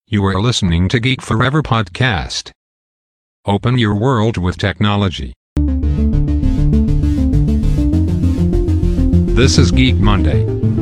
You are listening to Geek Forever podcast. Open your world with technology. This is Geek Monday.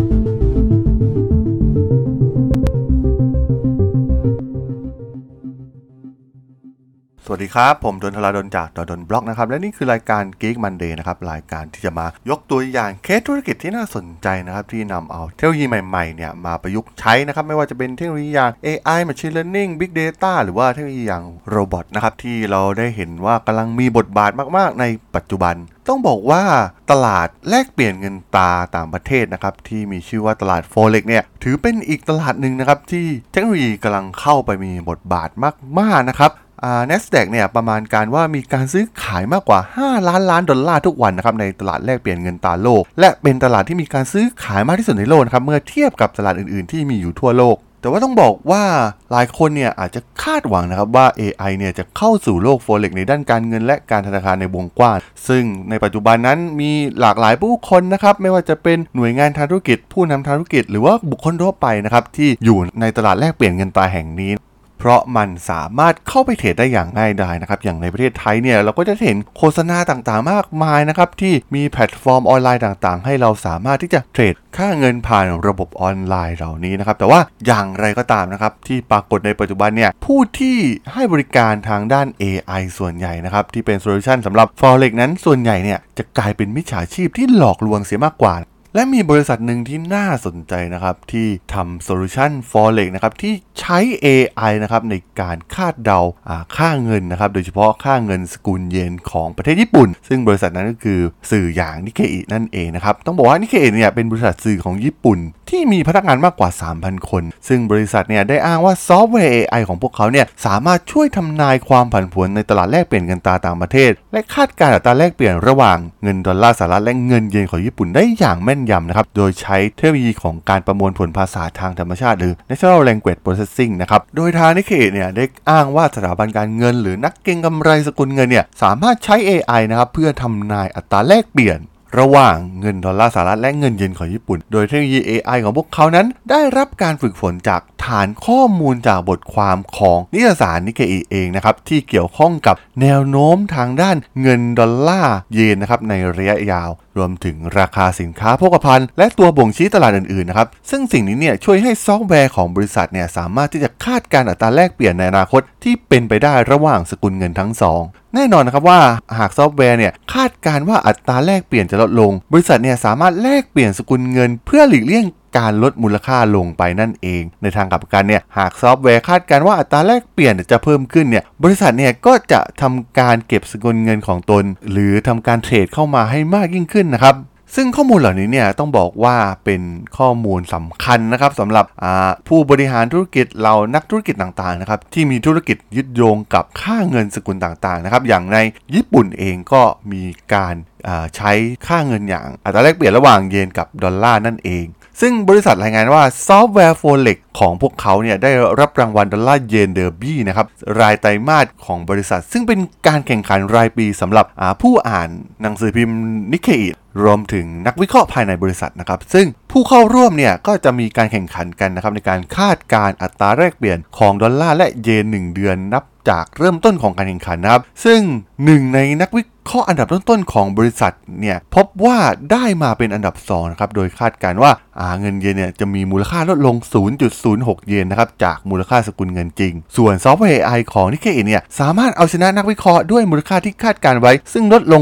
สวัสดีครับผมดนทราดลจากดนบล็อกนะครับและนี่คือรายการ Geek Monday นะครับรายการที่จะมายกตัวอย่างเคสธุรกิจที่น่าสนใจนะครับที่นำเอาเทคโนโลยีใหม่ๆเนี่ยมาประยุกต์ใช้นะครับไม่ว่าจะเป็นเทคโนโลยีอย่าง AI Machine Learning Big Data หรือว่าเทคโนโลยีอย่างโรบอทนะครับที่เราได้เห็นว่ากำลังมีบทบาทมากๆในปัจจุบันต้องบอกว่าตลาดแลกเปลี่ยนเงินตราต่างประเทศนะครับที่มีชื่อว่าตลาด Forex เนี่ยถือเป็นอีกตลาดหนึ่งนะครับที่เทคโนโลยีกำลังเข้าไปมีบทบาทมากๆนะครับNASDAQ เนี่ยประมาณการว่ามีการซื้อขายมากกว่า5 ล้านดอลลาร์ทุกวันนะครับในตลาดแลกเปลี่ยนเงินตราโลกและเป็นตลาดที่มีการซื้อขายมากที่สุดในโลกนะครับเมื่อเทียบกับตลาดอื่นๆที่มีอยู่ทั่วโลกแต่ว่าต้องบอกว่าหลายคนเนี่ยอาจจะคาดหวังนะครับว่า AI เนี่ยจะเข้าสู่โลก Forex ในด้านการเงินและการธนาคารในวงกว้างซึ่งในปัจจุบันนั้นมีหลากหลายผู้คนนะครับไม่ว่าจะเป็นหน่วยงานทางธุรกิจผู้นำทางธุรกิจหรือว่าบุคคลทั่วไปนะครับที่อยู่ในตลาดแลกเปลี่ยนเงินตราแห่งนี้เพราะมันสามารถเข้าไปเทรดได้อย่างง่ายดายนะครับอย่างในประเทศไทยเนี่ยเราก็จะเห็นโฆษณาต่างๆมากมายนะครับที่มีแพลตฟอร์มออนไลน์ต่างๆให้เราสามารถที่จะเทรดค่าเงินผ่านระบบออนไลน์เหล่านี้นะครับแต่ว่าอย่างไรก็ตามนะครับที่ปรากฏในปัจจุบันเนี่ยผู้ที่ให้บริการทางด้าน AI ส่วนใหญ่นะครับที่เป็นโซลูชันสำหรับ Forex นั้นส่วนใหญ่เนี่ยจะกลายเป็นมิจฉาชีพที่หลอกลวงเสียมากกว่าและมีบริษัทหนึ่งที่น่าสนใจนะครับที่ทำโซลูชัน Forex นะครับที่ใช้ AI นะครับในการคาดเดาค่าเงินนะครับโดยเฉพาะค่าเงินสกุลเยนของประเทศญี่ปุ่นซึ่งบริษัทนั้นก็คือสื่ออย่างนิเคอินั่นเองนะครับต้องบอกว่านิเคอิเนี่ยเป็นบริษัทสื่อของญี่ปุ่นที่มีพนักงานมากกว่า 3,000 คนซึ่งบริษัทเนี่ยได้อ้างว่าซอฟต์แวร์ AI ของพวกเขาเนี่ยสามารถช่วยทำนายความผันผวนในตลาดแลกเปลี่ยนเงินตราต่างประเทศและคาดการณ์อัตราแลกเปลี่ยนระหว่างเงินดอลลาร์สหรัฐและเงินเยนของญี่ปุ่นได้อย่างแม่นยำนะครับโดยใช้เทคโนโลยีของการประมวลผลภาษาทางธรรมชาติหรือ Natural Language Processing นะครับโดยทางนิเคอิเนี่ยได้อ้างว่าสถาบันการเงินหรือนักเก็งกำไรสกุลเงินเนี่ยสามารถใช้ AI นะครับเพื่อทำนายอัตราแลกเปลี่ยนระหว่างเงินดอลลาร์สหรัฐและเงินเยนของญี่ปุ่นโดยเทคโนโลยี AI ของพวกเขานั้นได้รับการฝึกฝนจากฐานข้อมูลจากบทความของนิตยสารนิเคอิเองนะครับที่เกี่ยวข้องกับแนวโน้มทางด้านเงินดอลลาร์เยนนะครับในระยะยาวรวมถึงราคาสินค้าโภคภัณฑ์และตัวบ่งชี้ตลาดอื่นๆนะครับซึ่งสิ่งนี้เนี่ยช่วยให้ซอฟต์แวร์ของบริษัทเนี่ยสามารถที่จะคาดการณ์อัตราแลกเปลี่ยนในอนาคตที่เป็นไปได้ระหว่างสกุลเงินทั้งสองแน่นอนนะครับว่าหากซอฟต์แวร์เนี่ยคาดการณ์ว่าอัตราแลกเปลี่ยนจะลดลงบริษัทเนี่ยสามารถแลกเปลี่ยนสกุลเงินเพื่อหลีกเลี่ยงการลดมูลค่าลงไปนั่นเองในทางกลับกันเนี่ยหากซอฟต์แวร์คาดการณ์ว่าอัตราแลกเปลี่ยนจะเพิ่มขึ้นเนี่ยบริษัทเนี่ยก็จะทำการเก็บสกุลเงินของตนหรือทำการเทรดเข้ามาให้มากยิ่งขึ้นนะครับซึ่งข้อมูลเหล่านี้เนี่ยต้องบอกว่าเป็นข้อมูลสำคัญนะครับสำหรับผู้บริหารธุรกิจเรานักธุรกิจต่างๆนะครับที่มีธุรกิจยึดโยงกับค่าเงินสกุลต่างๆนะครับอย่างในญี่ปุ่นเองก็มีการใช้ค่าเงินอย่างอัตราแลกเปลี่ยนระหว่างเยนกับดอลลาร์นั่นเองซึ่งบริษัทรายงานว่าซอฟต์แวร์ Forex ของพวกเขาเนี่ยได้รับรางวัลดอลลาร์เยนเดอร์บี้นะครับรายไตรมาสของบริษัทซึ่งเป็นการแข่งขันรายปีสำหรับผู้อ่านหนังสือพิมพ์นิเคอิรวมถึงนักวิเคราะห์ภายในบริษัทนะครับซึ่งผู้เข้าร่วมเนี่ยก็จะมีการแข่งขันกันนะครับในการคาดการณ์อัตราแลกเปลี่ยนของดอลลาร์และเยน1เดือนนับจากเริ่มต้นของการแข่งขันนะครับซึ่งหนึ่งในนักวิเคราะห์อันดับต้นๆของบริษัทเนี่ยพบว่าได้มาเป็นอันดับ2นะครับโดยคาดการณ์ว่าเงินเยนเนี่ยจะมีมูลค่าลดลง 0.06 เยนนะครับจากมูลค่าสกุลเงินจริงส่วนซอฟต์แวร์ AI ของนิเคอิเนี่ยสามารถเอาชนะนักวิเคราะห์ด้วยมูลค่าที่คาดการไว้ซึ่งลดลง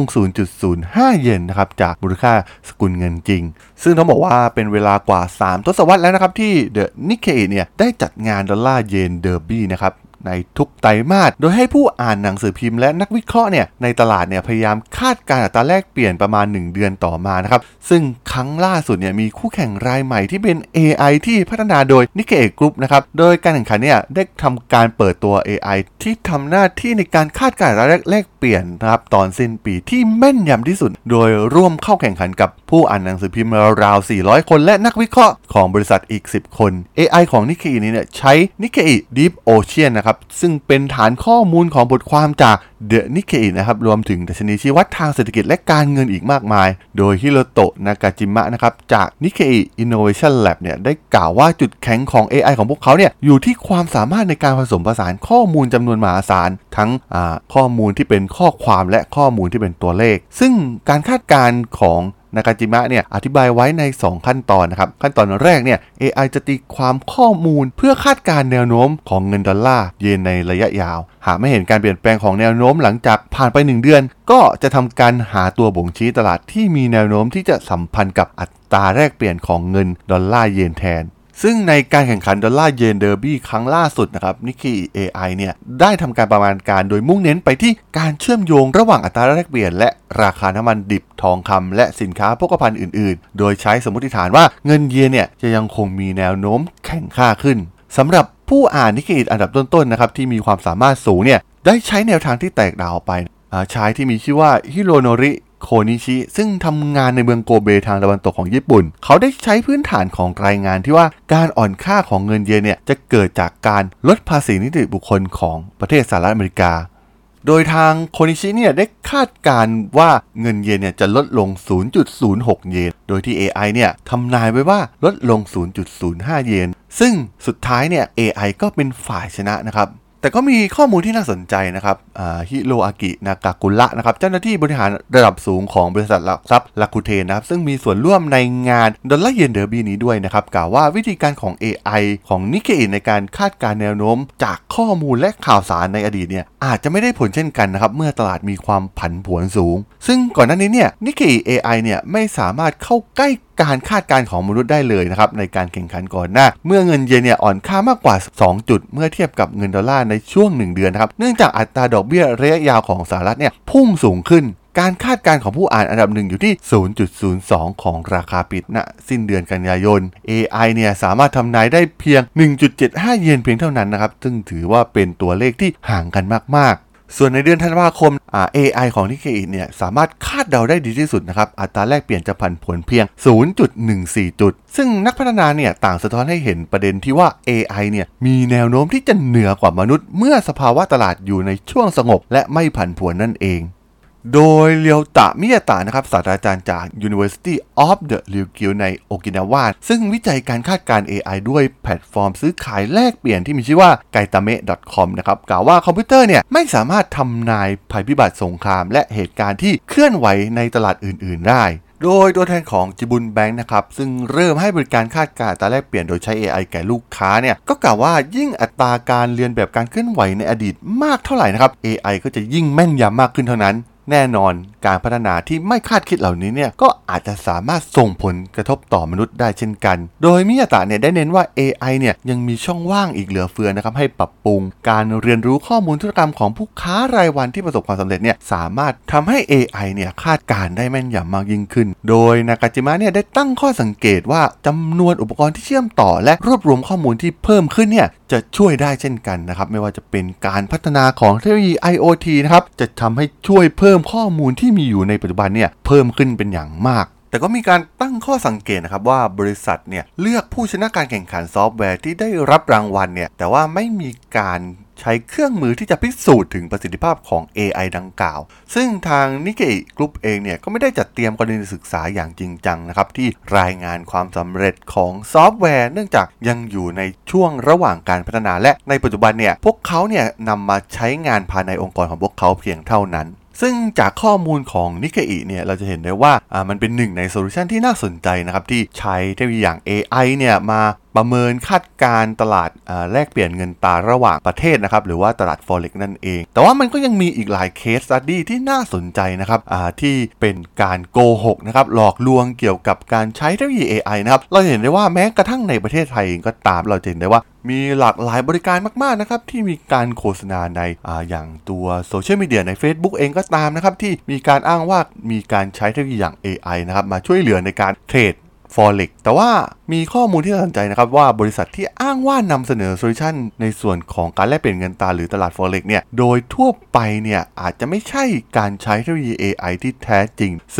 0.05 เยนนะครับจากมูลค่าสกุลเงินจริงซึ่งต้องบอกว่าเป็นเวลากว่า3ทศวรรษแล้วนะครับที่เดอะนิเคอิเนี่ยได้จัดงานดอลลาร์เยนเดอร์บี้นะครับในทุกไตรมาสโดยให้ผู้อ่านหนังสือพิมพ์และนักวิเคราะห์เนี่ยในตลาดเนี่ยพยายามคาดการณ์อัตราแลกเปลี่ยนประมาณ1เดือนต่อมานะครับซึ่งครั้งล่าสุดเนี่ยมีคู่แข่งรายใหม่ที่เป็น AI ที่พัฒนาโดยนิเคอิกรุ๊ปนะครับโดยการแข่งขันเนี่ยได้ทำการเปิดตัว AI ที่ทำหน้าที่ในการคาดการณ์อัตราแลกเปลี่ยนนะครับตอนสิ้นปีที่แม่นยำที่สุดโดยร่วมเข้าแข่งขันกับผู้อ่านหนังสือพิมพ์ราวๆ400คนและนักวิเคราะห์ของบริษัทอีก10คน AI ของนิเคอินี้เนี่ยใช้นิเคอิ Deep Ocean นะครับนะครับซึ่งเป็นฐานข้อมูลของบทความจาก The Nikkei นะครับรวมถึงดัชนีชี้วัดทางเศรษฐกิจและการเงินอีกมากมายโดยฮิโรโตะ นากาจิมะนะครับจาก Nikkei Innovation Lab เนี่ยได้กล่าวว่าจุดแข็งของ AI ของพวกเขาเนี่ยอยู่ที่ความสามารถในการผสมผสานข้อมูลจำนวนมหาศาลทั้งข้อมูลที่เป็นข้อความและข้อมูลที่เป็นตัวเลขซึ่งการคาดการณ์ของนากาจิมะเนี่ยอธิบายไว้ใน2ขั้นตอนนะครับขั้นตอนแรกเนี่ย AI จะตีความข้อมูลเพื่อคาดการณ์แนวโน้มของเงินดอลลาร์เยนในระยะยาวหากไม่เห็นการเปลี่ยนแปลงของแนวโน้มหลังจากผ่านไป1เดือนก็จะทำการหาตัวบ่งชี้ตลาดที่มีแนวโน้มที่จะสัมพันธ์กับอัตราแลกเปลี่ยนของเงินดอลลาร์เยนแทนซึ่งในการแข่งขันดอลลาร์เยนเดอร์บี้ครั้งล่าสุดนะครับ Nikkei AI เนี่ยได้ทำการประมาณการโดยมุ่งเน้นไปที่การเชื่อมโยงระหว่างอัตราแลกเปลี่ยนและราคาน้ำมันดิบทองคำและสินค้าโภคภัณฑ์อื่นๆโดยใช้สมมติฐานว่าเงินเยนเนี่ยจะยังคงมีแนวโน้มแข็งค่าขึ้นสำหรับผู้อ่าน Nikkei อันดับต้นๆนะครับที่มีความสามารถสูงเนี่ยได้ใช้แนวทางที่แตกต่างออกไปชายที่มีชื่อว่าฮิโรโนริโคนิชิซึ่งทำงานในเมืองโกเบทางตะวันตกของญี่ปุ่นเขาได้ใช้พื้นฐานของรายงานที่ว่าการอ่อนค่าของเงินเยนเนี่ยจะเกิดจากการลดภาษีนิติบุคคลของประเทศสหรัฐอเมริกาโดยทางโคนิชิเนี่ยได้คาดการณ์ว่าเงินเยนเนี่ยจะลดลง 0.06 เยนโดยที่ AI เนี่ยทำนายไว้ว่าลดลง 0.05 เยนซึ่งสุดท้ายเนี่ย AI ก็เป็นฝ่ายชนะนะครับแต่ก็มีข้อมูลที่น่าสนใจนะครับฮิโรอากิ นากากุระนะครับเจ้าหน้าที่บริหารระดับสูงของบริษัทหลักทรัพย์ลาคูเทนนะครับซึ่งมีส่วนร่วมในงานดอลลาร์เยนเดอร์บี้นี้ด้วยนะครับกล่าวว่าวิธีการของ AI ของ Nikkei ในการคาดการณ์แนวโน้มจากข้อมูลและข่าวสารในอดีตเนี่ยอาจจะไม่ได้ผลเช่นกันนะครับเมื่อตลาดมีความผันผวนสูงซึ่งก่อนหน้านี้เนี่ย Nikkei AI เนี่ยไม่สามารถเข้าใกล้การคาดการณ์ของมนุษย์ได้เลยนะครับในการแข่งขันก่อนหน้าเมื่อเงินเยนเนี่ยอ่อนค่ามากกว่า2จุดเมื่อเทียบกับเงินดอลลาร์ในช่วง1เดือนนะครับเนื่องจากอัตราดอกเบี้ยระยะยาวของสหรัฐเนี่ยพุ่งสูงขึ้นการคาดการณ์ของผู้อ่านอันดับ1อยู่ที่ 0.02 ของราคาปิดณสิ้นเดือนกันยายน AI เนี่ยสามารถทำนายได้เพียง 1.75 เยนเพียงเท่านั้นนะครับซึ่งถือว่าเป็นตัวเลขที่ห่างกันมากๆส่วนในเดือนธันวาคมAI ของ Nikkei เนี่ยสามารถคาดเดาได้ดีที่สุดนะครับอัตราแลกเปลี่ยนจะผันผวนเพียง 0.14 จุดซึ่งนักพัฒนาเนี่ยต่างสะท้อนให้เห็นประเด็นที่ว่า AI เนี่ยมีแนวโน้มที่จะเหนือกว่ามนุษย์เมื่อสภาวะตลาดอยู่ในช่วงสงบและไม่ผันผวนนั่นเองโดยเรียวตะมิยาตะนะครับศาสตราจารย์จาก University of the Ryukyu ในโอกินาวาซึ่งวิจัยการคาดการณ์ AI ด้วยแพลตฟอร์มซื้อขายแลกเปลี่ยนที่มีชื่อว่า gaitame.com นะครับกล่าวว่าคอมพิวเตอร์เนี่ยไม่สามารถทำนายภัยพิบัติสงครามและเหตุการณ์ที่เคลื่อนไหวในตลาดอื่นๆได้โดยตัวแทนของจิบุนแบงค์นะครับซึ่งเริ่มให้บริการคาดการณ์อัตราแลกเปลี่ยนโดยใช้ AI แก่ลูกค้าเนี่ยก็กล่าวว่ายิ่งอัตราการเรียนแบบการเคลื่อนไหวในอดีตมากเท่าไหร่นะครับ AI ก็จะยิ่งแม่นยำมากขึ้นเท่านั้นแน่นอนการพัฒนาที่ไม่คาดคิดเหล่านี้เนี่ยก็อาจจะสามารถส่งผลกระทบต่อมนุษย์ได้เช่นกันโดยมิยาตะเนี่ยได้เน้นว่า AI เนี่ยยังมีช่องว่างอีกเหลือเฟือนะครับให้ปรับปรุงการเรียนรู้ข้อมูลธุรกรรมของผู้ค้ารายวันที่ประสบความสำเร็จเนี่ยสามารถทำให้ AI เนี่ยคาดการได้แม่นยำมากยิ่งขึ้นโดยนากาจิมะเนี่ยได้ตั้งข้อสังเกตว่าจำนวนอุปกรณ์ที่เชื่อมต่อและรวบรวมข้อมูลที่เพิ่มขึ้นเนี่ยจะช่วยได้เช่นกันนะครับไม่ว่าจะเป็นการพัฒนาของเทคโนโลยี IoT นะครับจะทำให้ช่วยเพิ่มข้อมูลที่มีอยู่ในปัจจุบันเนี่ยเพิ่มขึ้นเป็นอย่างมากแต่ก็มีการตั้งข้อสังเกตนะครับว่าบริษัทเนี่ยเลือกผู้ชนะการแข่งขันซอฟต์แวร์ที่ได้รับรางวัลเนี่ยแต่ว่าไม่มีการใช้เครื่องมือที่จะพิสูจน์ถึงประสิทธิภาพของ AI ดังกล่าวซึ่งทาง Nikkei Group เองเนี่ยก็ไม่ได้จัดเตรียมกรณีศึกษาอย่างจริงจังนะครับที่รายงานความสำเร็จของซอฟต์แวร์เนื่องจากยังอยู่ในช่วงระหว่างการพัฒนาและในปัจจุบันเนี่ยพวกเขาเนี่ยนำมาใช้งานภายในองค์กรของพวกเขาเพียงเท่านั้นซึ่งจากข้อมูลของ Nikkei เนี่ยเราจะเห็นได้ว่ามันเป็นหนึ่งในโซลูชันที่น่าสนใจนะครับที่ใช้เทคโนโลยีอย่าง AI เนี่ยมาประเมินคาดการตลาดแลกเปลี่ยนเงินตราระหว่างประเทศนะครับหรือว่าตลาด Forex นั่นเองแต่ว่ามันก็ยังมีอีกหลายเคสสตัดดี้ที่น่าสนใจนะครับที่เป็นการโกหกนะครับหลอกลวงเกี่ยวกับการใช้เทคโนโลยี AI นะครับเราเห็นได้ว่าแม้กระทั่งในประเทศไทยเองก็ตามเราเห็นได้ว่ามีหลากหลายบริการมากๆนะครับที่มีการโฆษณาในอย่างตัวโซเชียลมีเดียใน Facebook เองก็ตามนะครับที่มีการอ้างว่ามีการใช้เทคโนโลยีอย่าง AI นะครับมาช่วยเหลือในการเทรดForex แต่ว่ามีข้อมูลที่น่าสนใจนะครับว่าบริษัทที่อ้างว่านำเสนอโซลูชันในส่วนของการแลกเปลี่ยนเงินตราหรือตลาด Forex เนี่ยโดยทั่วไปเนี่ยอาจจะไม่ใช่การใช้เทคโนโลยี AI ที่แท้จริงซึ่ง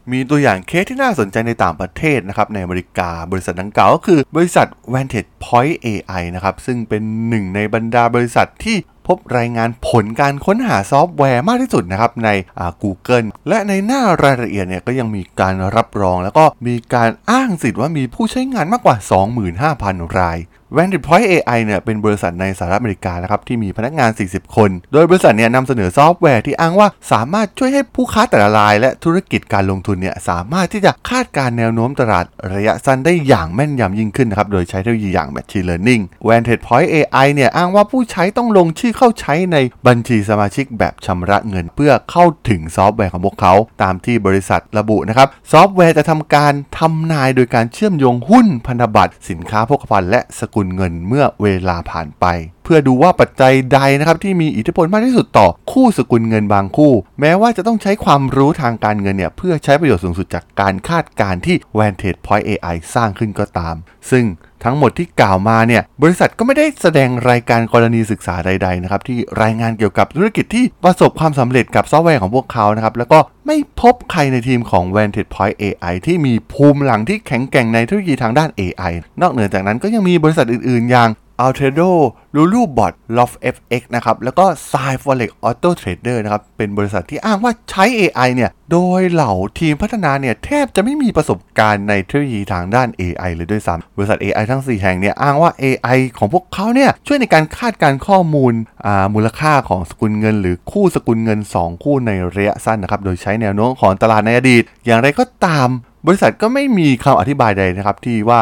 มีตัวอย่างเคสที่น่าสนใจในต่างประเทศนะครับในอเมริกาบริษัทดังกล่าวก็คือบริษัท Vantage Point AI นะครับซึ่งเป็นหนึ่งในบรรดาบริษัทที่พบรายงานผลการค้นหาซอฟต์แวร์มากที่สุดนะครับในGoogle และในหน้ารายละเอียดเนี่ยก็ยังมีการรับรองแล้วก็มีการอ้างสิทธิ์ว่ามีผู้ใช้งานมากกว่า 25,000 ราย Vantage Point AI เนี่ยเป็นบริษัทในสหรัฐอเมริกานะครับที่มีพนักงาน 40 คนโดยบริษัทเนี่ยนำเสนอซอฟต์แวร์ที่อ้างว่าสามารถช่วยให้ผู้ค้าแต่ละรายและธุรกิจการลงทุนเนี่ยสามารถที่จะคาดการณ์แนวโน้มตลาดระยะสั้นได้อย่างแม่นยำยิ่งขึ้นนะครับโดยใช้เทคโนโลยีอย่าง Machine Learning Vantage Point AI เนี่ยอ้างว่าผู้ใช้ต้องลงชื่อเข้าใช้ในบัญชีสมาชิกแบบชำระเงินเพื่อเข้าถึงซอฟต์แวร์ของพวกเขาตามที่บริษัทระบุนะครับซอฟต์แวร์จะทำการทำนายโดยการเชื่อมโยงหุ้นพันธบัตรสินค้าโภคภัณฑ์และสกุลเงินเมื่อเวลาผ่านไปเพื่อดูว่าปัจจัยใดนะครับที่มีอิทธิพลมากที่สุดต่อคู่สกุลเงินบางคู่แม้ว่าจะต้องใช้ความรู้ทางการเงินเนี่ยเพื่อใช้ประโยชน์สูงสุดจากการคาดการณ์ที่ Vantage Point AI สร้างขึ้นก็ตามซึ่งทั้งหมดที่กล่าวมาเนี่ยบริษัทก็ไม่ได้แสดงรายการกรณีศึกษาใดๆนะครับที่รายงานเกี่ยวกับธุรกิจที่ประสบความสำเร็จกับซอฟต์แวร์ของพวกเขานะครับแล้วก็ไม่พบใครในทีมของ Vantage Point AI ที่มีภูมิหลังที่แข็งแกร่งในเทคโนโลยีทางด้าน AI นอกเหนือจากนั้นก็ยังมีบริษัทอื่นๆอย่างAltero, Lulubot, LoftFX นะครับแล้วก็ Forex Auto Trader นะครับเป็นบริษัทที่อ้างว่าใช้ AI เนี่ยโดยเหล่าทีมพัฒนาเนี่ยแทบจะไม่มีประสบการณ์ในเทคโนโลยีทางด้าน AI เลยด้วยซ้ำบริษัท AI ทั้ง 4 แห่งเนี่ยอ้างว่า AI ของพวกเขาเนี่ยช่วยในการคาดการณ์ข้อมูลมูลค่าของสกุลเงินหรือคู่สกุลเงิน2คู่ในระยะสั้นนะครับโดยใช้แนวโน้มของตลาดในอดีตอย่างไรก็ตามบริษัทก็ไม่มีคำอธิบายใดนะครับที่ว่า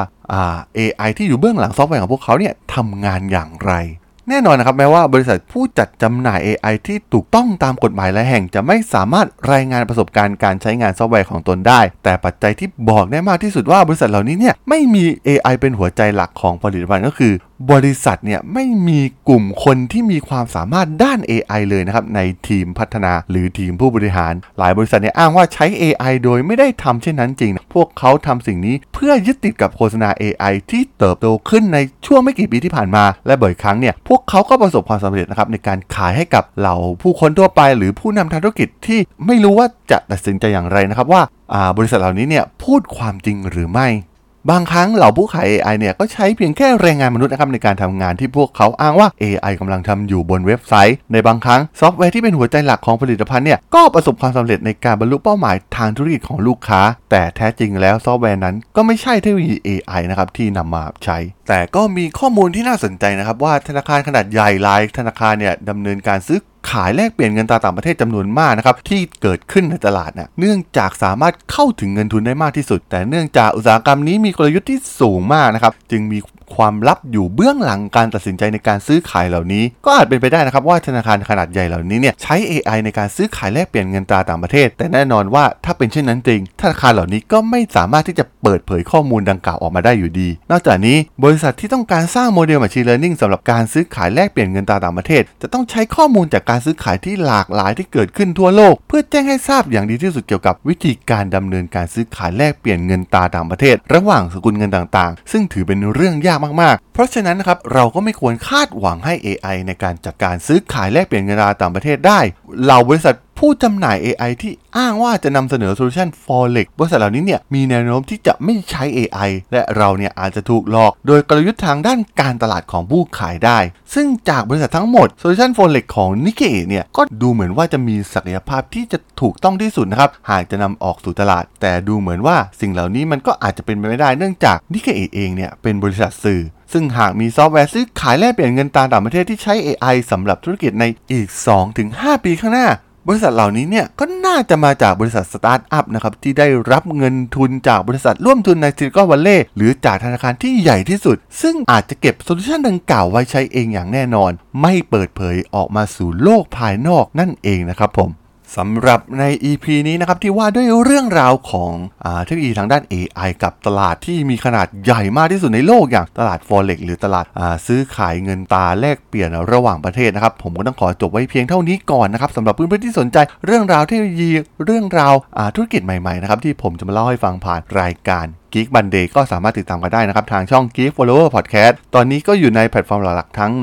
AI ที่อยู่เบื้องหลังซอฟต์แวร์ของพวกเขาเนี่ยทำงานอย่างไรแน่นอนนะครับแม้ว่าบริษัทผู้จัดจำหน่าย AI ที่ถูกต้องตามกฎหมายและแห่งจะไม่สามารถรายงานประสบการณ์การใช้งานซอฟต์แวร์ของตนได้แต่ปัจจัยที่บอกได้มากที่สุดว่าบริษัทเหล่านี้เนี่ยไม่มี AI เป็นหัวใจหลักของผลิตภัณฑ์ก็คือบริษัทเนี่ยไม่มีกลุ่มคนที่มีความสามารถด้าน AI เลยนะครับในทีมพัฒนาหรือทีมผู้บริหารหลายบริษัทเนี่ยอ้างว่าใช้ AI โดยไม่ได้ทำเช่นนั้นจริงพวกเขาทำสิ่งนี้เพื่อยึดติดกับโฆษณา AI ที่เติบโตขึ้นในช่วงไม่กี่ปีที่ผ่านมาและบ่อยครั้งเนี่ยพวกเขาก็ประสบความสำเร็จนะครับในการขายให้กับเหล่าผู้คนทั่วไปหรือผู้นำทางธุรกิจที่ไม่รู้ว่าจะตัดสินใจอย่างไรนะครับว่าบริษัทเหล่านี้เนี่ยพูดความจริงหรือไม่บางครั้งเหล่าผู้ขาย AI เนี่ยก็ใช้เพียงแค่แรงงานมนุษย์นะครับในการทำงานที่พวกเขาอ้างว่า AI กำลังทำอยู่บนเว็บไซต์ในบางครั้งซอฟต์แวร์ที่เป็นหัวใจหลักของผลิตภัณฑ์เนี่ยก็ประสบความสำเร็จในการบรรลุเป้าหมายทางธุรกิจของลูกค้าแต่แท้จริงแล้วซอฟต์แวร์นั้นก็ไม่ใช่เทคโนโลยี AI นะครับที่นำมาใช้แต่ก็มีข้อมูลที่น่าสนใจนะครับว่าธนาคารขนาดใหญ่หลายธนาคารเนี่ยดำเนินการซื้อขายแลกเปลี่ยนเงินตราต่างประเทศจำนวนมากนะครับที่เกิดขึ้นในตลาดเนี่ยเนื่องจากสามารถเข้าถึงเงินทุนได้มากที่สุดแต่เนื่องจากอุตสาหกรรมนี้มีกลยุทธ์ที่สูงมากนะครับจึงมีความลับอยู่เบื้องหลังการตัดสินใจในการซื้อขายเหล่านี้ก็อาจเป็นไปได้นะครับว่าธนาคารขนาดใหญ่เหล่านี้เนี่ยใช้ AI ในการซื้อขายแลกเปลี่ยนเงินตราต่างประเทศแต่แน่นอนว่าถ้าเป็นเช่นนั้นจริงธนาคารเหล่านี้ก็ไม่สามารถที่จะเปิดเผยข้อมูลดังกล่าวออกมาได้อยู่ดีนอกจากนี้บริษัทที่ต้องการสร้างโมเดล Machine Learning สำหรับการซื้อขายแลกเปลี่ยนเงินตราต่างประเทศจะต้องใช้ข้อมูลจากการซื้อขายที่หลากหลายที่เกิดขึ้นทั่วโลกเพื่อแจ้งให้ทราบอย่างดีที่สุดเกี่ยวกับวิธีการดำเนินการซื้อขายแลกเปลี่ยนเงินตราต่างประเทศระหว่างสกุลเงินต่างๆซึ่งถือเป็นเรื่องยากมากๆเพราะฉะนั้นนะครับเราก็ไม่ควรคาดหวังให้ AI ในการจัดการซื้อขายแลกเปลี่ยนเงินตราต่างประเทศได้เหล่าบริษัทผู้จำหน่าย AI ที่อ้างว่าจะนำเสนอโซลูชัน Forex บริษัทเหล่านี้เนี่ยมีแนวโน้มที่จะไม่ใช้ AI และเราเนี่ยอาจจะถูกหลอกโดยกลยุทธ์ทางด้านการตลาดของผู้ขายได้ซึ่งจากบริษัททั้งหมดโซลูชัน Forex ของ Nikkei เนี่ยก็ดูเหมือนว่าจะมีศักยภาพที่จะถูกต้องที่สุดนะครับหากจะนำออกสู่ตลาดแต่ดูเหมือนว่าสิ่งเหล่านี้มันก็อาจจะเป็นไปไม่ได้เนื่องจาก Nikkei เองเนี่ยเป็นบริษัทสื่อซึ่งหากมีซอฟต์แวร์ซื้อขายแลกเปลี่ยนเงินตราต่างประเทศที่ใช้ AI สำหรับธุรกิจในอีก 2-5 ปีข้างหน้าบริษัทเหล่านี้เนี่ยก็น่าจะมาจากบริษัทสตาร์ทอัพนะครับที่ได้รับเงินทุนจากบริษัทร่วมทุนในซิลิคอนวัลเลย์หรือจากธนาคารที่ใหญ่ที่สุดซึ่งอาจจะเก็บโซลูชันดังกล่าวไว้ใช้เองอย่างแน่นอนไม่เปิดเผยออกมาสู่โลกภายนอกนั่นเองนะครับผมสำหรับใน EP นี้นะครับที่ว่าด้วยเรื่องราวของเทคโนโลยีทางด้าน AI กับตลาดที่มีขนาดใหญ่มากที่สุดในโลกอย่างตลาด Forex หรือตลาดซื้อขายเงินตราแลกเปลี่ยนระหว่างประเทศนะครับผมก็ต้องขอจบไว้เพียงเท่านี้ก่อนนะครับสำหรับเพื่อนๆที่สนใจเรื่องราวเทคโนโลยีเรื่องราวธุรกิจใหม่ๆนะครับที่ผมจะมาเล่าให้ฟังผ่านรายการ Geek Monday ก็สามารถติดตามกันได้นะครับทางช่อง Geek Flower Podcast ตอนนี้ก็อยู่ในแพลตฟอร์มหลักๆทั้งใน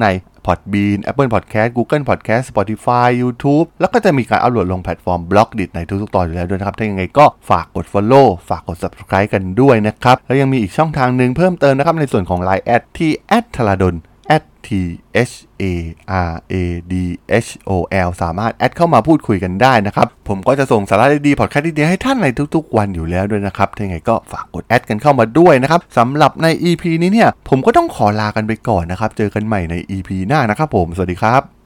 Podbean Apple Podcast Google Podcast Spotify YouTube แล้วก็จะมีการอัปโหลดลงแพลตฟอร์ม Blogdit ในทุกๆตอนอยู่แล้วด้วยนะครับถ้ายังไงก็ฝากกด follow ฝากกด subscribe กันด้วยนะครับแล้วยังมีอีกช่องทางหนึ่งเพิ่มเติมนะครับในส่วนของ Line แอดที่ @thradol THARADHOL สามารถแอดเข้ามาพูดคุยกันได้นะครับผมก็จะส่งสาระดีๆพอดแคสต์ดีๆให้ท่านในทุกๆวันอยู่แล้วด้วยนะครับถ้าอย่างไรก็ฝากกดแอดกันเข้ามาด้วยนะครับสำหรับใน EP นี้เนี่ยผมก็ต้องขอลากันไปก่อนนะครับเจอกันใหม่ใน EP หน้านะครับผมสวัสดีครับ